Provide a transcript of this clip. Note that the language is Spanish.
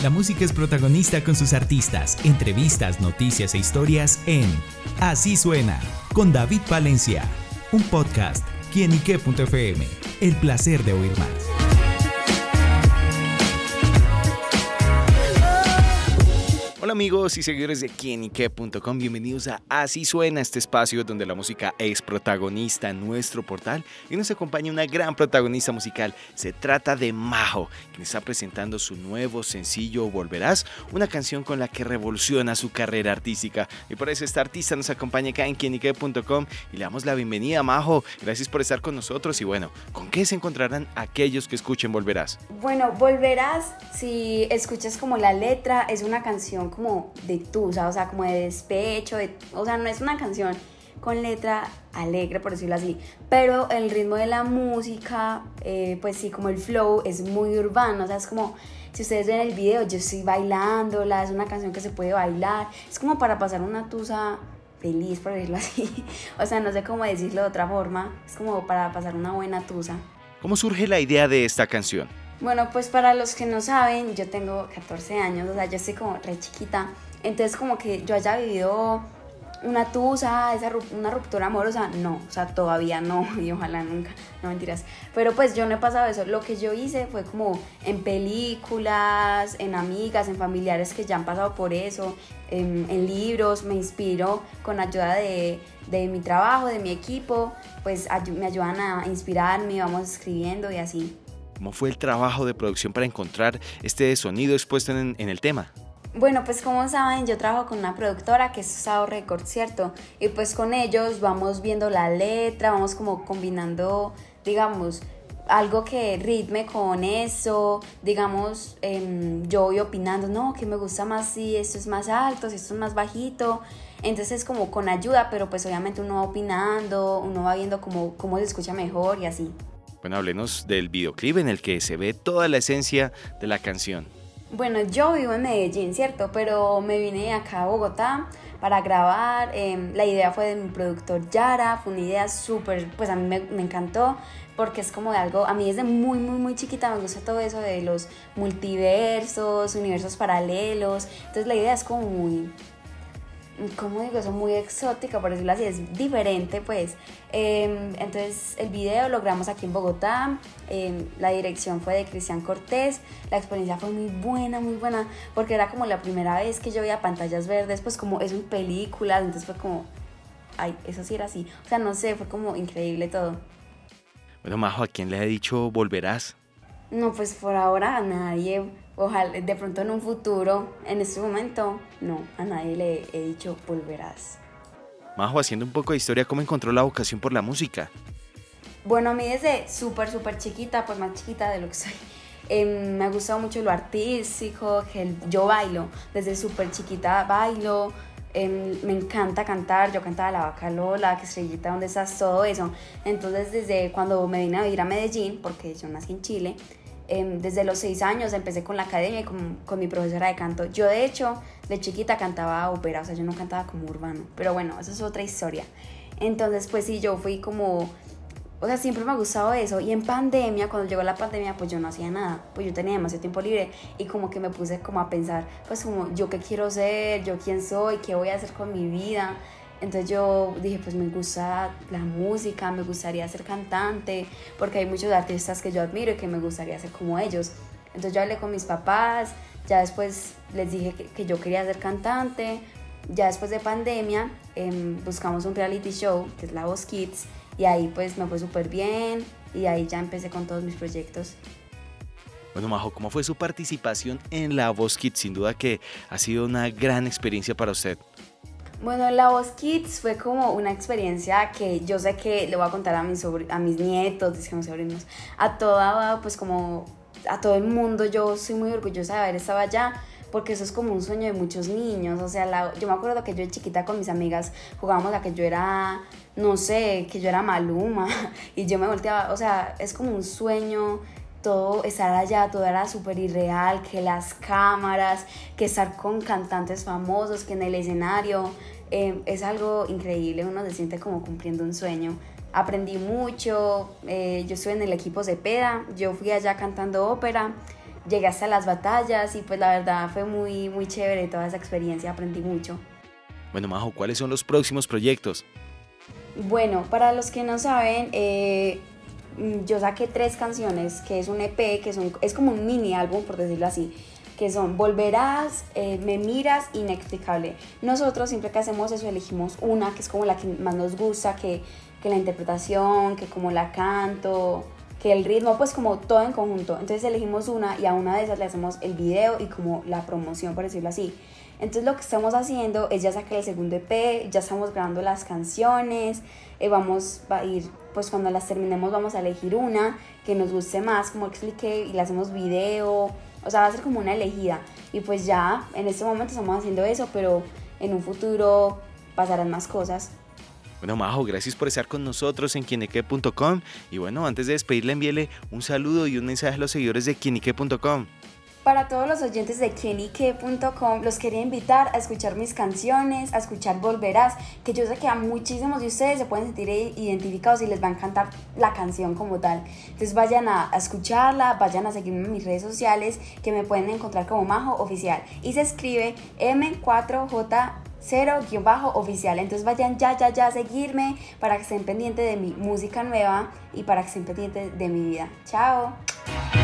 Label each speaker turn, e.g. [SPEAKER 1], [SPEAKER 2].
[SPEAKER 1] La música es protagonista con sus artistas, entrevistas, noticias e historias en Así Suena, con David Valencia, un podcast, quienique.fm, el placer de oír más. Hola amigos y seguidores de quienique.com, bienvenidos a Así Suena, este espacio donde la música es protagonista en nuestro portal y nos acompaña una gran protagonista musical. Se trata de Majo, quien está presentando su nuevo sencillo Volverás, una canción con la que revoluciona su carrera artística. Y por eso esta artista nos acompaña acá en quienique.com y le damos la bienvenida, Majo. Gracias por estar con nosotros y bueno, ¿con qué se encontrarán aquellos que escuchen Volverás?
[SPEAKER 2] Bueno, Volverás, si escuchas como la letra, es una canción como de tusa, o sea, como de despecho, o sea, no es una canción con letra alegre, por decirlo así, pero el ritmo de la música, pues sí, como el flow es muy urbano, o sea, es como, si ustedes ven el video, yo estoy bailándola, es una canción que se puede bailar, es como para pasar una tusa feliz, por decirlo así, o sea, no sé cómo decirlo de otra forma, es como para pasar una buena tusa.
[SPEAKER 1] ¿Cómo surge la idea de esta canción?
[SPEAKER 2] Bueno, pues para los que no saben, yo tengo 14 años, o sea, yo estoy como re chiquita, entonces como que yo haya vivido una tusa, una ruptura amorosa, no, o sea, todavía no, y ojalá nunca, no mentiras, pero pues yo no he pasado eso, lo que yo hice fue como en películas, en amigas, en familiares que ya han pasado por eso, en libros, me inspiro con ayuda de mi trabajo, de mi equipo, pues me ayudan a inspirarme, vamos escribiendo y así.
[SPEAKER 1] ¿Cómo fue el trabajo de producción para encontrar este sonido expuesto en el tema?
[SPEAKER 2] Bueno, pues como saben, yo trabajo con una productora que es Sao Records, ¿cierto? Y pues con ellos vamos viendo la letra, vamos como combinando, digamos, algo que ritme con eso, digamos, yo voy opinando, no, que me gusta más si esto es más alto, si esto es más bajito, entonces como con ayuda, pero pues obviamente uno va opinando, uno va viendo cómo se escucha mejor y así.
[SPEAKER 1] Bueno, háblenos del videoclip en el que se ve toda la esencia de la canción.
[SPEAKER 2] Bueno, yo vivo en Medellín, ¿cierto? Pero me vine acá a Bogotá para grabar. La idea fue de mi productor Yara, fue una idea súper, pues a mí me encantó porque es como de algo, a mí desde muy, muy, muy chiquita me gusta todo eso de los multiversos, universos paralelos. Entonces la idea es como muy, ¿cómo digo eso? Muy exótica, por decirlo así, es diferente pues. Entonces el video lo grabamos aquí en Bogotá, la dirección fue de Cristian Cortés, la experiencia fue muy buena porque era como la primera vez que yo veía pantallas verdes, pues como es en películas, entonces fue como, ay, eso sí era así, o sea, no sé, fue como increíble todo.
[SPEAKER 1] Bueno, Majo, ¿a quién le ha dicho Volverás?
[SPEAKER 2] No, pues por ahora a nadie, ojalá de pronto en un futuro, en este momento, no, a nadie le he dicho Volverás.
[SPEAKER 1] Majo, haciendo un poco de historia, ¿cómo encontró la vocación por la música?
[SPEAKER 2] Bueno, a mí desde súper chiquita, pues más chiquita de lo que soy, me ha gustado mucho lo artístico, yo bailo, desde súper chiquita bailo, me encanta cantar, yo cantaba La Vaca Lola, Que Estrellita, ¿dónde estás? Todo eso. Entonces desde cuando me vine a vivir a Medellín, porque yo nací en Chile, desde los 6 años empecé con la academia y con mi profesora de canto. Yo de hecho de chiquita cantaba ópera, o sea yo no cantaba como urbano, pero bueno, eso es otra historia. Entonces pues sí, yo fui como, o sea, siempre me ha gustado eso. Y en pandemia, cuando llegó la pandemia, pues yo no hacía nada, pues yo tenía demasiado tiempo libre y como que me puse como a pensar, pues como yo qué quiero ser, yo quién soy, qué voy a hacer con mi vida. Entonces yo dije, pues me gusta la música, me gustaría ser cantante, porque hay muchos artistas que yo admiro y que me gustaría ser como ellos. Entonces yo hablé con mis papás, ya después les dije que yo quería ser cantante. Ya después de pandemia buscamos un reality show, que es La Voz Kids, y ahí pues me fue súper bien y ahí ya empecé con todos mis proyectos.
[SPEAKER 1] Bueno, Majo, ¿cómo fue su participación en La Voz Kids? Sin duda que ha sido una gran experiencia para usted.
[SPEAKER 2] Bueno, La Voz Kids fue como una experiencia que yo sé que le voy a contar a mis nietos, mis sobrinos, a toda, pues como a todo el mundo. Yo soy muy orgullosa de haber estado allá porque eso es como un sueño de muchos niños. O sea, yo me acuerdo que yo de chiquita con mis amigas jugábamos a que yo era, no sé, que yo era Maluma y yo me volteaba, o sea, es como un sueño. Todo estar allá, todo era súper irreal, que las cámaras, que estar con cantantes famosos, que en el escenario, es algo increíble, uno se siente como cumpliendo un sueño. Aprendí mucho, yo estuve en el equipo Cepeda, yo fui allá cantando ópera, llegué hasta las batallas y pues la verdad fue muy, muy chévere toda esa experiencia, aprendí mucho.
[SPEAKER 1] Bueno, Majo, ¿cuáles son los próximos proyectos?
[SPEAKER 2] Bueno, para los que no saben, yo saqué 3 canciones, que es un EP, es como un mini álbum, por decirlo así, que son Volverás, Me Miras, Inexplicable. Nosotros siempre que hacemos eso elegimos una, que es como la que más nos gusta, que la interpretación, que como la canto, que el ritmo, pues como todo en conjunto. Entonces elegimos una y a una de esas le hacemos el video y como la promoción, por decirlo así. Entonces lo que estamos haciendo es ya sacar el segundo EP, ya estamos grabando las canciones, va a ir, pues cuando las terminemos vamos a elegir una que nos guste más, como expliqué, y le hacemos video, o sea, va a ser como una elegida. Y pues ya, en este momento estamos haciendo eso, pero en un futuro pasarán más cosas.
[SPEAKER 1] Bueno, Majo, gracias por estar con nosotros en quienique.com. Y bueno, antes de despedirle, envíele un saludo y un mensaje a los seguidores de quienique.com.
[SPEAKER 2] Para todos los oyentes de quienique.com, los quería invitar a escuchar mis canciones, a escuchar Volverás, que yo sé que a muchísimos de ustedes se pueden sentir identificados y les va a encantar la canción como tal. Entonces vayan a escucharla, vayan a seguirme en mis redes sociales, que me pueden encontrar como Majo Oficial. Y se escribe M4J0-oficial. Entonces vayan ya a seguirme para que estén pendientes de mi música nueva y para que estén pendientes de mi vida. Chao.